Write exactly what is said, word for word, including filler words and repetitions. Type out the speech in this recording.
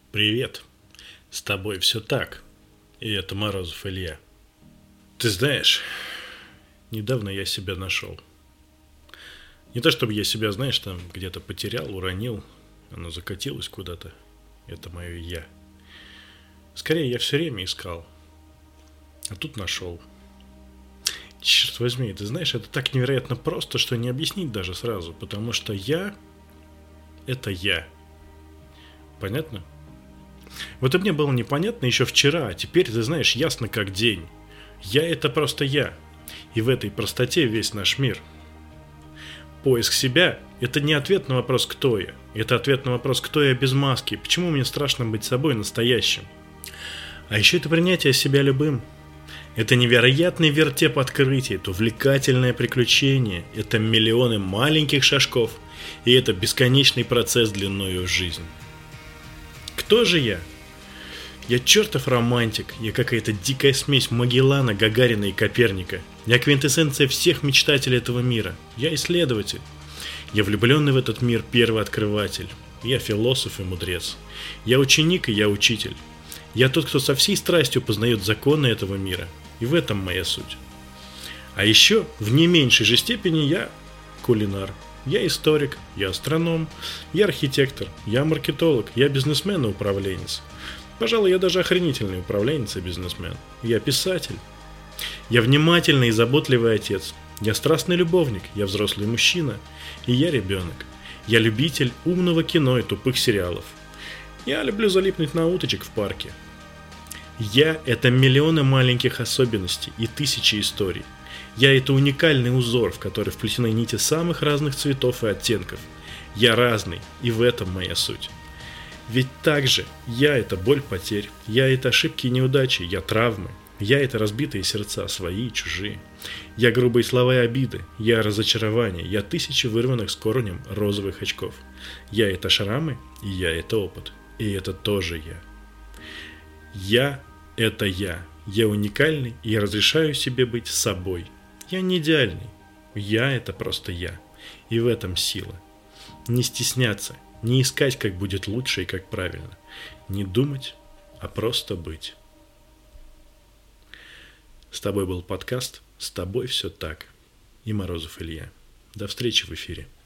Привет, с тобой все так, и это Морозов Илья. Ты знаешь, недавно я себя нашел. Не то чтобы я себя, знаешь, там где-то потерял, уронил, оно закатилось куда-то. Это мое я. Скорее, я все время искал, а тут нашел. Черт возьми, ты знаешь, это так невероятно просто, что не объяснить даже сразу, потому что я – это я. Понятно? Вот и мне было непонятно еще вчера, а теперь, ты знаешь, ясно как день. Я – это просто я. И в этой простоте весь наш мир. Поиск себя – это не ответ на вопрос «кто я?». Это ответ на вопрос «кто я без маски?». Почему мне страшно быть собой настоящим? А еще это принятие себя любым. Это невероятный вертеп открытий, это увлекательное приключение, это миллионы маленьких шажков, и это бесконечный процесс длиною в жизнь. Кто же я? Я чертов романтик, я какая-то дикая смесь Магеллана, Гагарина и Коперника. Я квинтэссенция всех мечтателей этого мира. Я исследователь. Я влюбленный в этот мир первооткрыватель. Я философ и мудрец. Я ученик и я учитель. Я тот, кто со всей страстью познает законы этого мира. И в этом моя суть. А еще, в не меньшей же степени, я кулинар. Я историк, я астроном, я архитектор, я маркетолог, я бизнесмен и управленец. Пожалуй, я даже охренительный управленец и бизнесмен. Я писатель. Я внимательный и заботливый отец. Я страстный любовник, я взрослый мужчина. И я ребенок. Я любитель умного кино и тупых сериалов. Я люблю залипнуть на уточек в парке. Я – это миллионы маленьких особенностей и тысячи историй. Я – это уникальный узор, в который вплетены нити самых разных цветов и оттенков. Я разный, и в этом моя суть. Ведь также я – это боль потерь, я – это ошибки и неудачи, я – травмы, я – это разбитые сердца, свои и чужие. Я – грубые слова и обиды, я – разочарование, я – тысячи вырванных с корнем розовых очков. Я – это шрамы, и я – это опыт, и это тоже я. Я – это я, я уникальный, и я разрешаю себе быть собой. Я не идеальный, я – это просто я, и в этом сила. Не стесняться, не искать, как будет лучше и как правильно. Не думать, а просто быть. С тобой был подкаст «С тобой все так» и Морозов Илья. До встречи в эфире.